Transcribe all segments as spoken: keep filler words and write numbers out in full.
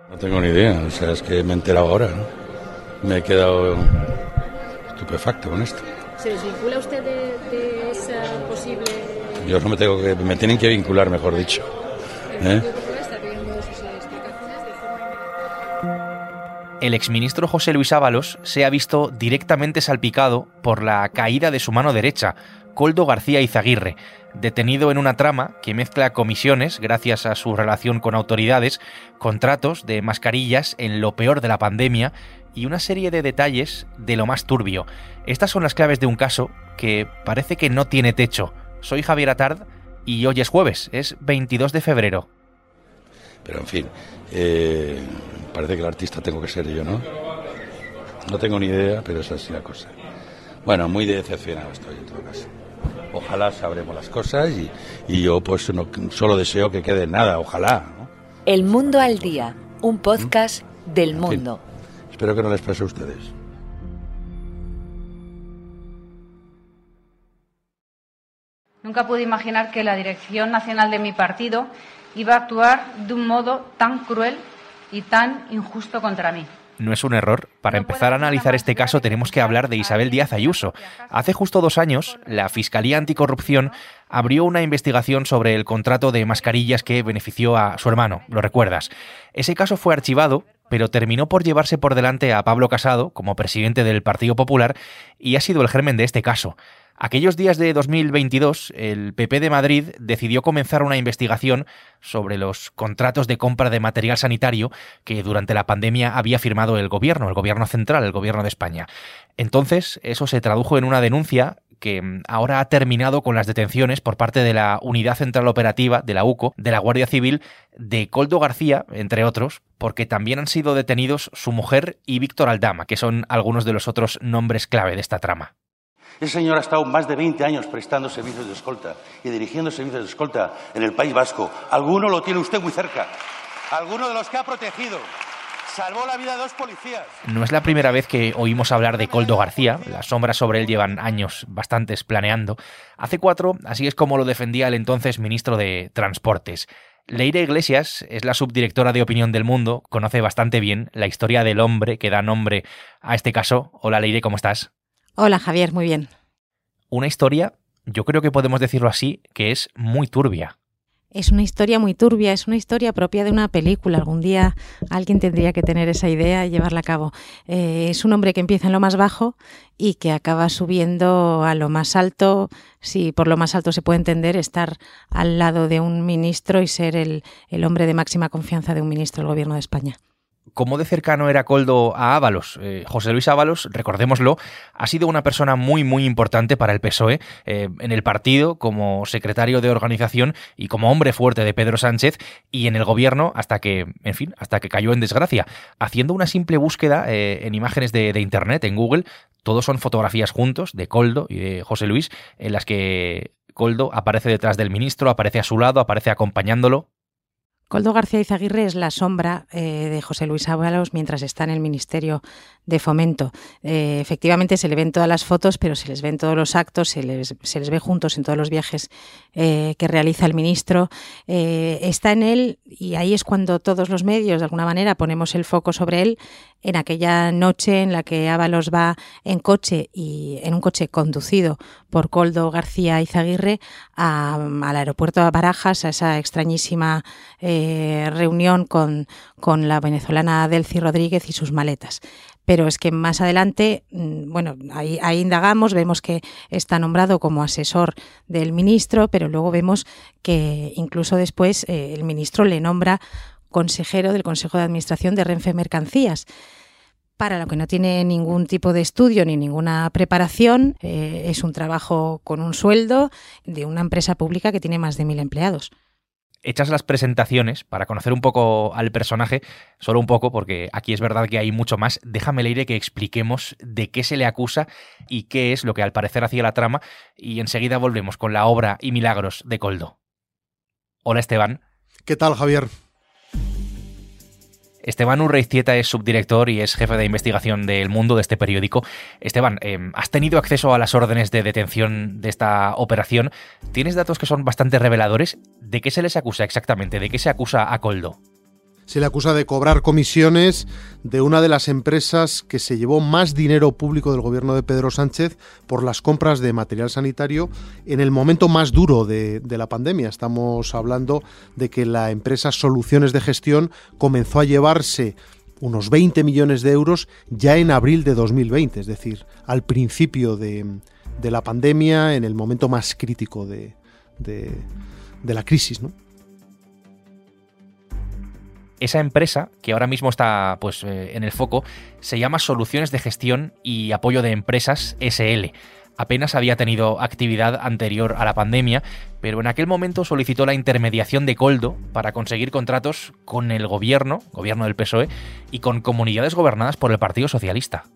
No tengo ni idea, o sea, es que me he enterado ahora, ¿no? Me he quedado estupefacto con esto. ¿Se desvincula usted de, de esa posible...? Yo no me tengo que... me tienen que vincular, mejor dicho. ¿Eh? El exministro José Luis Ábalos se ha visto directamente salpicado por la caída de su mano derecha, Koldo García Izaguirre, detenido en una trama que mezcla comisiones, gracias a su relación con autoridades, contratos de mascarillas en lo peor de la pandemia y una serie de detalles de lo más turbio. Estas son las claves de un caso que parece que no tiene techo. Soy Javier Atard y hoy es jueves, es veintidós de febrero. Pero en fin, eh, parece que el artista tengo que ser yo, ¿no? No tengo ni idea, pero es así la cosa. Bueno, muy decepcionado estoy en todo caso. Ojalá sabremos las cosas y, y yo pues no, solo deseo que quede nada, ojalá, ¿no? El Mundo al Día, un podcast ¿Mm? del en mundo. Fin, espero que no les pase a ustedes. Nunca pude imaginar que la dirección nacional de mi partido iba a actuar de un modo tan cruel y tan injusto contra mí. No es un error. Para empezar a analizar este caso tenemos que hablar de Isabel Díaz Ayuso. Hace justo dos años, la Fiscalía Anticorrupción abrió una investigación sobre el contrato de mascarillas que benefició a su hermano, ¿lo recuerdas? Ese caso fue archivado, pero terminó por llevarse por delante a Pablo Casado como presidente del Partido Popular y ha sido el germen de este caso. Aquellos días de dos mil veintidós, el P P de Madrid decidió comenzar una investigación sobre los contratos de compra de material sanitario que durante la pandemia había firmado el gobierno, el gobierno central, el gobierno de España. Entonces, eso se tradujo en una denuncia que ahora ha terminado con las detenciones por parte de la Unidad Central Operativa, de la U C O, de la Guardia Civil, de Koldo García, entre otros, porque también han sido detenidos su mujer y Víctor Aldama, que son algunos de los otros nombres clave de esta trama. Ese señor ha estado más de veinte años prestando servicios de escolta y dirigiendo servicios de escolta en el País Vasco. Alguno lo tiene usted muy cerca. Alguno de los que ha protegido. Salvó la vida de dos policías. No es la primera vez que oímos hablar de Koldo García. Las sombras sobre él llevan años bastantes planeando. Hace cuatro, así es como lo defendía el entonces ministro de Transportes. Leire Iglesias es la subdirectora de Opinión del Mundo. Conoce bastante bien la historia del hombre que da nombre a este caso. Hola Leire, ¿cómo estás? Hola Javier, muy bien. Una historia, yo creo que podemos decirlo así, que es muy turbia. Es una historia muy turbia, es una historia propia de una película. Algún día alguien tendría que tener esa idea y llevarla a cabo. Eh, es un hombre que empieza en lo más bajo y que acaba subiendo a lo más alto. Si por lo más alto se puede entender, estar al lado de un ministro y ser el, el hombre de máxima confianza de un ministro del Gobierno de España. ¿Cómo de cercano era Koldo a Ábalos? Eh, José Luis Ábalos, recordémoslo, ha sido una persona muy, muy importante para el P S O E, eh, en el partido, como secretario de organización y como hombre fuerte de Pedro Sánchez, y en el gobierno hasta que, en fin, hasta que cayó en desgracia. Haciendo una simple búsqueda eh, en imágenes de, de internet, en Google, todos son fotografías juntos de Koldo y de José Luis, en las que Koldo aparece detrás del ministro, aparece a su lado, aparece acompañándolo. Koldo García Izaguirre es la sombra eh, de José Luis Ábalos mientras está en el Ministerio de Fomento. Eh, efectivamente se le ven todas las fotos, pero se les ven todos los actos, se les, se les ve juntos en todos los viajes eh, que realiza el ministro. Eh, está en él y ahí es cuando todos los medios, de alguna manera, ponemos el foco sobre él en aquella noche en la que Ábalos va en coche y en un coche conducido por Koldo García Izaguirre a, al aeropuerto de Barajas, a esa extrañísima eh, reunión con, con la venezolana Delcy Rodríguez y sus maletas. Pero es que más adelante, bueno, ahí, ahí indagamos, vemos que está nombrado como asesor del ministro, pero luego vemos que incluso después eh, el ministro le nombra consejero del Consejo de Administración de Renfe Mercancías, para lo que no tiene ningún tipo de estudio ni ninguna preparación. Eh, es un trabajo con un sueldo de una empresa pública que tiene más de mil empleados. Hechas las presentaciones, para conocer un poco al personaje, solo un poco, porque aquí es verdad que hay mucho más, déjame, Leire, que expliquemos de qué se le acusa y qué es lo que al parecer hacía la trama, y enseguida volvemos con la obra y milagros de Koldo. Hola, Esteban. ¿Qué tal, Javier? Esteban Urreiztieta es subdirector y es jefe de investigación de El Mundo, de este periódico. Esteban, eh, ¿has tenido acceso a las órdenes de detención de esta operación? ¿Tienes datos que son bastante reveladores? ¿De qué se les acusa exactamente? ¿De qué se acusa a Koldo? Se le acusa de cobrar comisiones de una de las empresas que se llevó más dinero público del gobierno de Pedro Sánchez por las compras de material sanitario en el momento más duro de, de la pandemia. Estamos hablando de que la empresa Soluciones de Gestión comenzó a llevarse unos veinte millones de euros ya en abril de dos mil veinte, es decir, al principio de, de la pandemia, en el momento más crítico de, de, de la crisis, ¿no? Esa empresa, que ahora mismo está pues, eh, en el foco, se llama Soluciones de Gestión y Apoyo de Empresas ese ele. Apenas había tenido actividad anterior a la pandemia, pero en aquel momento solicitó la intermediación de Koldo para conseguir contratos con el gobierno, gobierno del P S O E, y con comunidades gobernadas por el Partido Socialista.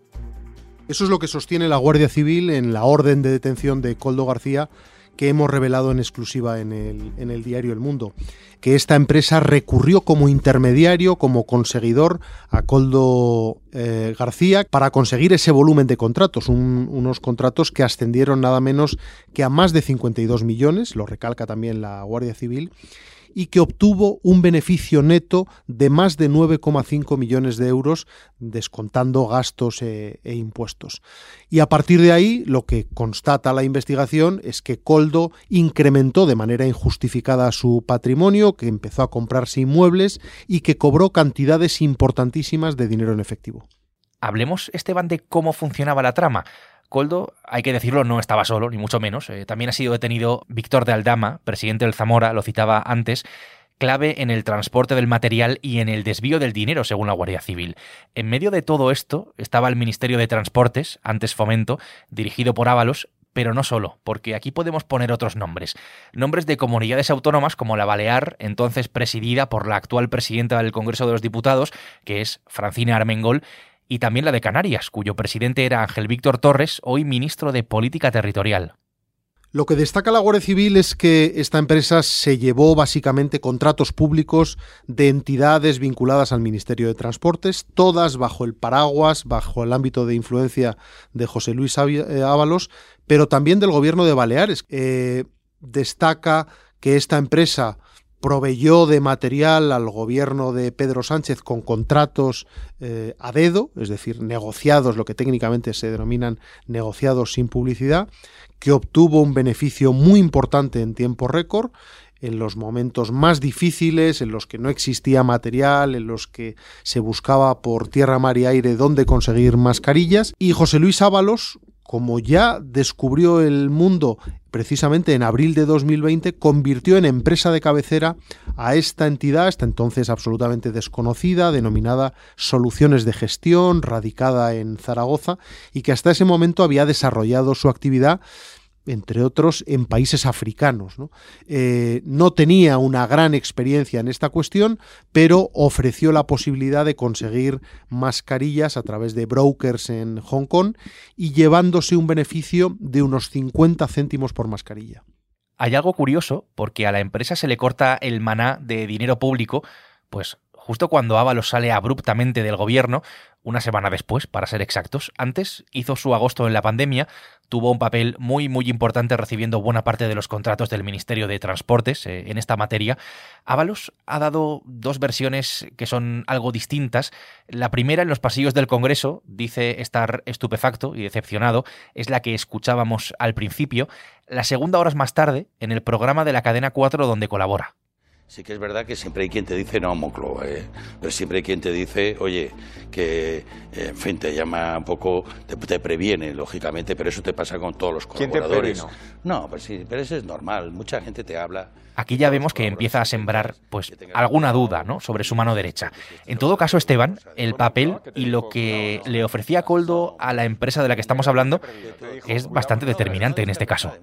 Eso es lo que sostiene la Guardia Civil en la orden de detención de Koldo García, que hemos revelado en exclusiva en el, en el diario El Mundo, que esta empresa recurrió como intermediario, como conseguidor a Koldo eh, García para conseguir ese volumen de contratos, un, unos contratos que ascendieron nada menos que a más de cincuenta y dos millones, lo recalca también la Guardia Civil, y que obtuvo un beneficio neto de más de nueve coma cinco millones de euros, descontando gastos e, e impuestos. Y a partir de ahí, lo que constata la investigación es que Koldo incrementó de manera injustificada su patrimonio, que empezó a comprarse inmuebles y que cobró cantidades importantísimas de dinero en efectivo. Hablemos, Esteban, de cómo funcionaba la trama. Koldo, hay que decirlo, no estaba solo, ni mucho menos. Eh, también ha sido detenido Víctor de Aldama, presidente del Zamora, lo citaba antes, clave en el transporte del material y en el desvío del dinero, según la Guardia Civil. En medio de todo esto estaba el Ministerio de Transportes, antes Fomento, dirigido por Ábalos, pero no solo, porque aquí podemos poner otros nombres. Nombres de comunidades autónomas como la Balear, entonces presidida por la actual presidenta del Congreso de los Diputados, que es Francina Armengol, y también la de Canarias, cuyo presidente era Ángel Víctor Torres, hoy ministro de Política Territorial. Lo que destaca la Guardia Civil es que esta empresa se llevó básicamente contratos públicos de entidades vinculadas al Ministerio de Transportes, todas bajo el paraguas, bajo el ámbito de influencia de José Luis Ábalos, pero también del gobierno de Baleares. Eh, destaca que esta empresa proveyó de material al gobierno de Pedro Sánchez con contratos eh, a dedo, es decir, negociados, lo que técnicamente se denominan negociados sin publicidad, que obtuvo un beneficio muy importante en tiempo récord, en los momentos más difíciles, en los que no existía material, en los que se buscaba por tierra, mar y aire dónde conseguir mascarillas. Y José Luis Ábalos, como ya descubrió El Mundo precisamente en abril de dos mil veinte, convirtió en empresa de cabecera a esta entidad, hasta entonces absolutamente desconocida, denominada Soluciones de Gestión, radicada en Zaragoza, y que hasta ese momento había desarrollado su actividad, entre otros, en países africanos, ¿no? Eh, no tenía una gran experiencia en esta cuestión, pero ofreció la posibilidad de conseguir mascarillas a través de brokers en Hong Kong y llevándose un beneficio de unos cincuenta céntimos por mascarilla. Hay algo curioso, porque a la empresa se le corta el maná de dinero público, pues justo cuando Ábalos sale abruptamente del gobierno, una semana después, para ser exactos. Antes hizo su agosto en la pandemia, tuvo un papel muy muy importante recibiendo buena parte de los contratos del Ministerio de Transportes eh, en esta materia. Ábalos ha dado dos versiones que son algo distintas. La primera, en los pasillos del Congreso, dice estar estupefacto y decepcionado, es la que escuchábamos al principio. La segunda, horas más tarde, en el programa de la Cadena cuatro donde colabora. Sí que es verdad que siempre hay quien te dice no, Moncloa, ¿eh? Pero siempre hay quien te dice, oye, que, eh, en fin, te llama un poco, te, te previene, lógicamente, pero eso te pasa con todos los colaboradores. ¿Quién te previno? No, pues sí, pero eso es normal, mucha gente te habla. Aquí ya vemos que empieza a sembrar pues alguna duda, ¿no?, sobre su mano derecha. En todo caso, Esteban, el papel y lo que le ofrecía Koldo a la empresa de la que estamos hablando es bastante determinante en este caso.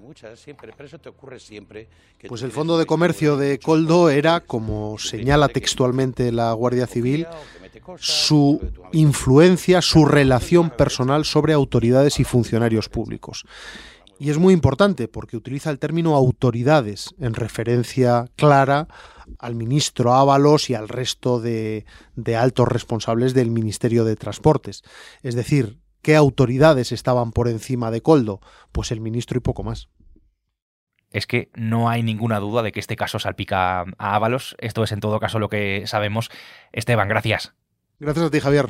Pues el Fondo de Comercio de Koldo era, como señala textualmente la Guardia Civil, su influencia, su relación personal sobre autoridades y funcionarios públicos. Y es muy importante porque utiliza el término autoridades en referencia clara al ministro Ábalos y al resto de, de altos responsables del Ministerio de Transportes. Es decir, ¿qué autoridades estaban por encima de Koldo? Pues el ministro y poco más. es que no hay ninguna duda de que este caso salpica a Ábalos. Esto es en todo caso lo que sabemos. Esteban, gracias. Gracias a ti, Javier.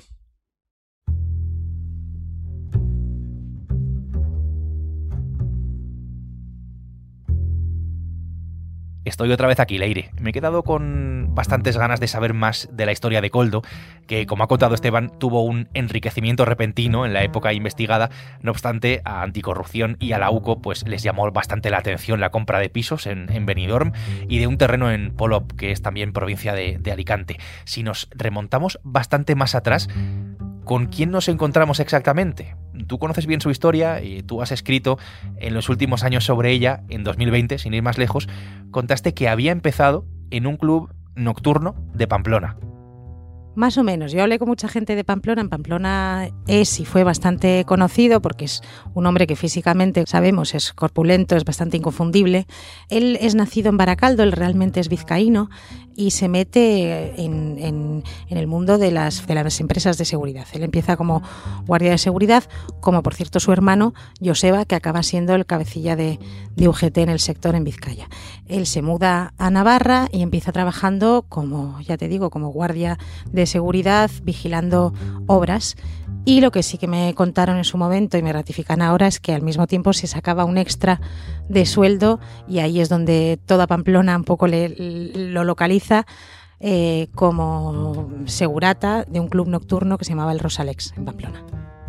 Estoy otra vez aquí, Leire. Me he quedado con bastantes ganas de saber más de la historia de Koldo, que, como ha contado Esteban, tuvo un enriquecimiento repentino en la época investigada. No obstante, a Anticorrupción y a la U C O pues les llamó bastante la atención la compra de pisos en, en Benidorm y de un terreno en Polop, que es también provincia de, de Alicante. Si nos remontamos bastante más atrás, ¿con quién nos encontramos exactamente? Tú conoces bien su historia y tú has escrito en los últimos años sobre ella. En dos mil veinte, sin ir más lejos, contaste que había empezado en un club nocturno de Pamplona. Más o menos. Yo hablé con mucha gente de Pamplona. En Pamplona es y fue bastante conocido porque es un hombre que físicamente, sabemos, es corpulento, es bastante inconfundible. Él es nacido en Baracaldo, él realmente es vizcaíno y se mete en, en, en el mundo de las, de las empresas de seguridad. Él empieza como guardia de seguridad, como por cierto su hermano Joseba, que acaba siendo el cabecilla de, de U G T en el sector en Vizcaya. Él se muda a Navarra y empieza trabajando como, ya te digo, como guardia de seguridad, vigilando obras. Y lo que sí que me contaron en su momento y me ratifican ahora es que al mismo tiempo se sacaba un extra de sueldo y ahí es donde toda Pamplona un poco le, lo localiza eh, como segurata de un club nocturno que se llamaba el Rosalex en Pamplona.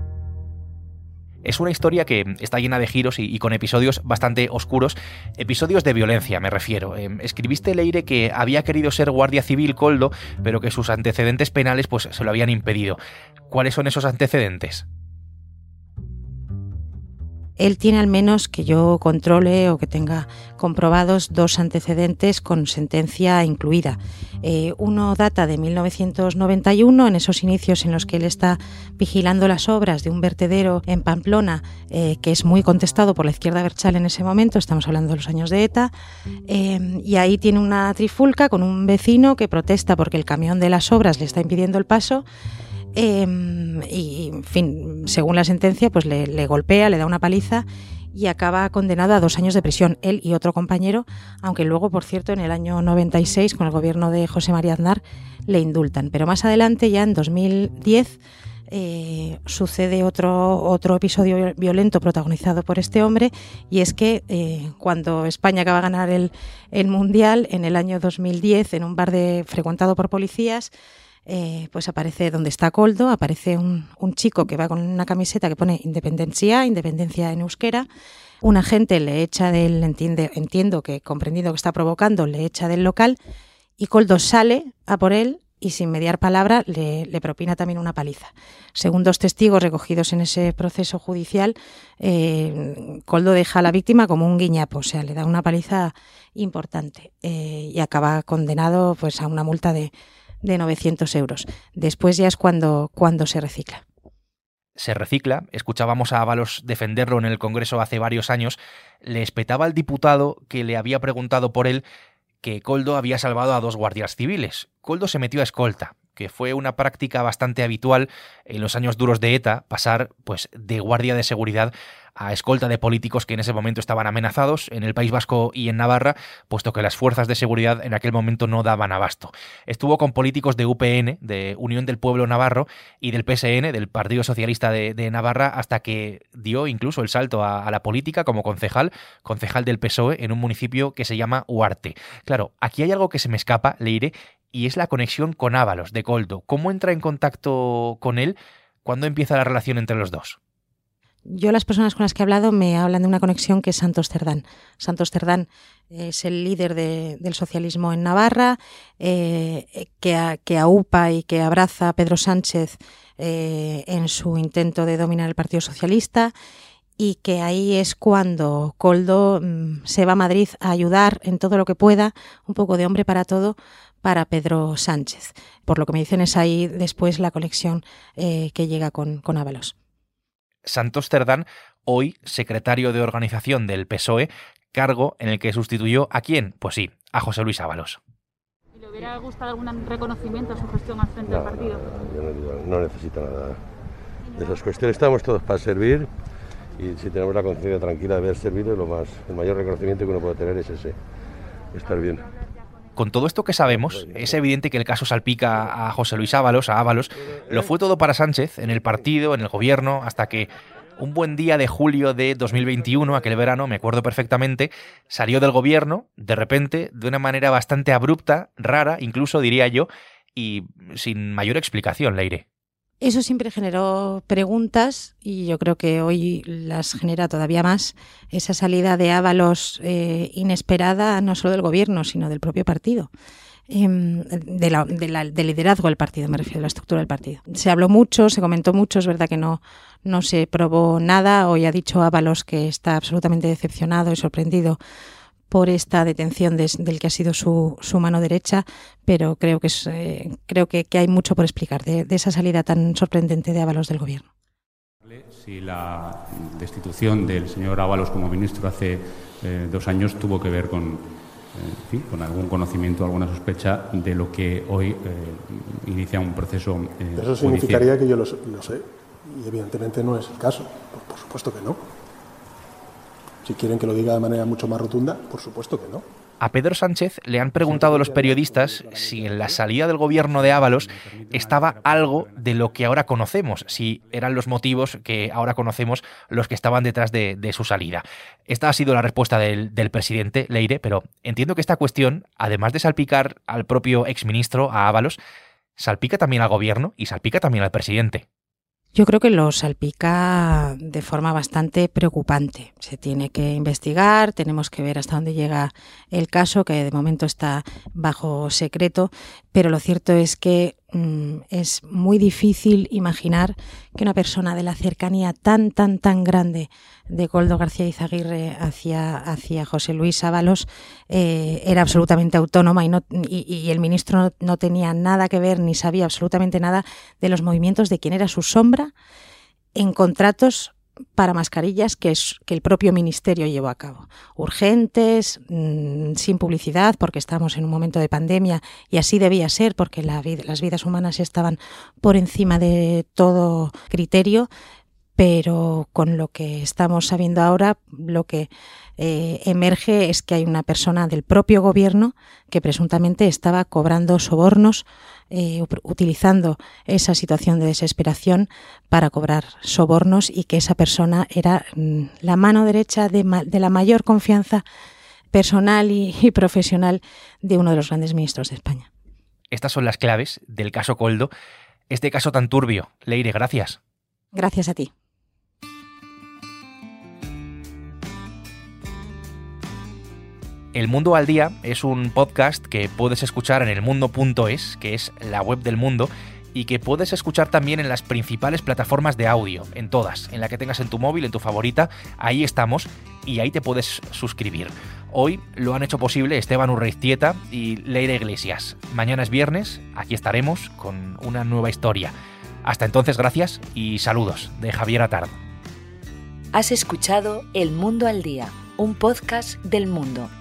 Es una historia que está llena de giros y, y con episodios bastante oscuros, episodios de violencia me refiero. Eh, escribiste, Leire, que había querido ser guardia civil Koldo, pero que sus antecedentes penales pues se lo habían impedido. ¿Cuáles son esos antecedentes? Él tiene al menos, que yo controle o que tenga comprobados, dos antecedentes con sentencia incluida. Eh, uno data de mil novecientos noventa y uno, en esos inicios en los que él está vigilando las obras de un vertedero en Pamplona, eh, que es muy contestado por la izquierda abertzale en ese momento, estamos hablando de los años de ETA, eh, y ahí tiene una trifulca con un vecino que protesta porque el camión de las obras le está impidiendo el paso. Eh, y, en fin, según la sentencia, pues le, le golpea, le da una paliza y acaba condenado a dos años de prisión, él y otro compañero, aunque luego, por cierto, en el año noventa y seis, con el gobierno de José María Aznar, le indultan. Pero más adelante, ya en dos mil diez, eh, sucede otro, otro episodio violento protagonizado por este hombre, y es que eh, cuando España acaba de ganar el, el Mundial, en el año dos mil diez, en un bar de, frecuentado por policías, Eh, pues aparece donde está Koldo, aparece un, un chico que va con una camiseta que pone Independencia, Independencia en euskera. Un agente le echa del, entiende, entiendo que comprendido que está provocando, le echa del local y Koldo sale a por él y sin mediar palabra le, le propina también una paliza. Según dos testigos recogidos en ese proceso judicial, eh, Koldo deja a la víctima como un guiñapo, o sea, le da una paliza importante eh, y acaba condenado pues a una multa de de novecientos euros. Después ya es cuando, cuando se recicla. Se recicla. Escuchábamos a Ábalos defenderlo en el Congreso hace varios años. Le espetaba al diputado que le había preguntado por él que Koldo había salvado a dos guardias civiles. Koldo se metió a escolta, que fue una práctica bastante habitual en los años duros de ETA, pasar pues de guardia de seguridad a escolta de políticos que en ese momento estaban amenazados en el País Vasco y en Navarra, puesto que las fuerzas de seguridad en aquel momento no daban abasto. Estuvo con políticos de U P N, de Unión del Pueblo Navarro, y del P S N, del Partido Socialista de, de Navarra, hasta que dio incluso el salto a, a la política como concejal, concejal del P S O E en un municipio que se llama Huarte. Claro, aquí hay algo que se me escapa, Leire, y es la conexión con Ábalos, de Koldo. ¿Cómo entra en contacto con él? ¿Cuándo empieza la relación entre los dos? Yo, las personas con las que he hablado me hablan de una conexión que es Santos Cerdán. Santos Cerdán es el líder de, del socialismo en Navarra, eh, que, a, que aupa y que abraza a Pedro Sánchez eh, en su intento de dominar el Partido Socialista, y que ahí es cuando Koldo mmm, se va a Madrid a ayudar en todo lo que pueda, un poco de hombre para todo, para Pedro Sánchez. Por lo que me dicen es ahí después la conexión eh, que llega con, con Ábalos. Santos Cerdán, hoy secretario de organización del P S O E, cargo en el que sustituyó ¿a quién? Pues sí, a José Luis Ábalos. ¿Le hubiera gustado algún reconocimiento a su gestión al frente no, del partido? No, yo no, digo, no necesito nada de esas cuestiones. Estamos todos para servir y si tenemos la conciencia tranquila de haber servido, lo más, el mayor reconocimiento que uno puede tener es ese, estar bien. Con todo esto que sabemos, es evidente que el caso salpica a José Luis Ábalos, a Ábalos. Lo fue todo para Sánchez, en el partido, en el gobierno, hasta que un buen día de julio de dos mil veintiuno, aquel verano, me acuerdo perfectamente, salió del gobierno, de repente, de una manera bastante abrupta, rara, incluso diría yo, y sin mayor explicación, Leire. Eso siempre generó preguntas y yo creo que hoy las genera todavía más. Esa salida de Ábalos eh, inesperada, no solo del gobierno, sino del propio partido. Eh, de la, de la, del liderazgo del partido, me refiero a la estructura del partido. Se habló mucho, se comentó mucho, es verdad que no, no se probó nada. Hoy ha dicho Ábalos que está absolutamente decepcionado y sorprendido por esta detención de, del que ha sido su, su mano derecha, pero creo que es, eh, creo que, que hay mucho por explicar de, de esa salida tan sorprendente de Ábalos del gobierno. Si la destitución del señor Ábalos como ministro hace eh, dos años tuvo que ver con, eh, en fin, con algún conocimiento, alguna sospecha de lo que hoy eh, inicia un proceso eh, Eso significaría judicial. Que yo lo, lo sé, y evidentemente no es el caso, por, por supuesto que no. Si quieren que lo diga de manera mucho más rotunda, por supuesto que no. A Pedro Sánchez le han preguntado los periodistas si en la salida del gobierno de Ábalos estaba algo de lo que ahora conocemos, si eran los motivos que ahora conocemos los que estaban detrás de, de su salida. Esta ha sido la respuesta del, del presidente, Leire, pero entiendo que esta cuestión, además de salpicar al propio exministro, a Ábalos, salpica también al gobierno y salpica también al presidente. Yo creo que lo salpica de forma bastante preocupante. Se tiene que investigar, tenemos que ver hasta dónde llega el caso, que de momento está bajo secreto, pero lo cierto es que mmm, es muy difícil imaginar que una persona de la cercanía tan, tan, tan grande de Koldo García Izaguirre hacia, hacia José Luis Ábalos eh, era absolutamente autónoma y, no, y, y el ministro no, no tenía nada que ver ni sabía absolutamente nada de los movimientos de quién era su sombra en contratos para mascarillas que, es, que el propio ministerio llevó a cabo. Urgentes, mmm, sin publicidad, porque estamos en un momento de pandemia y así debía ser, porque la vida, las vidas humanas estaban por encima de todo criterio, pero con lo que estamos sabiendo ahora, lo que eh, emerge es que hay una persona del propio gobierno que presuntamente estaba cobrando sobornos, eh, utilizando esa situación de desesperación para cobrar sobornos y que esa persona era mm, la mano derecha de, ma- de la mayor confianza personal y, y profesional de uno de los grandes ministros de España. Estas son las claves del caso Koldo, este caso tan turbio. Leire, gracias. Gracias a ti. El Mundo al Día es un podcast que puedes escuchar en elmundo punto es, que es la web del Mundo, y que puedes escuchar también en las principales plataformas de audio, en todas, en la que tengas en tu móvil, en tu favorita, ahí estamos y ahí te puedes suscribir. Hoy lo han hecho posible Esteban Urreiztieta y Leire Iglesias. Mañana es viernes, aquí estaremos con una nueva historia. Hasta entonces, gracias y saludos de Javier Atard. Has escuchado El Mundo al Día, un podcast del Mundo.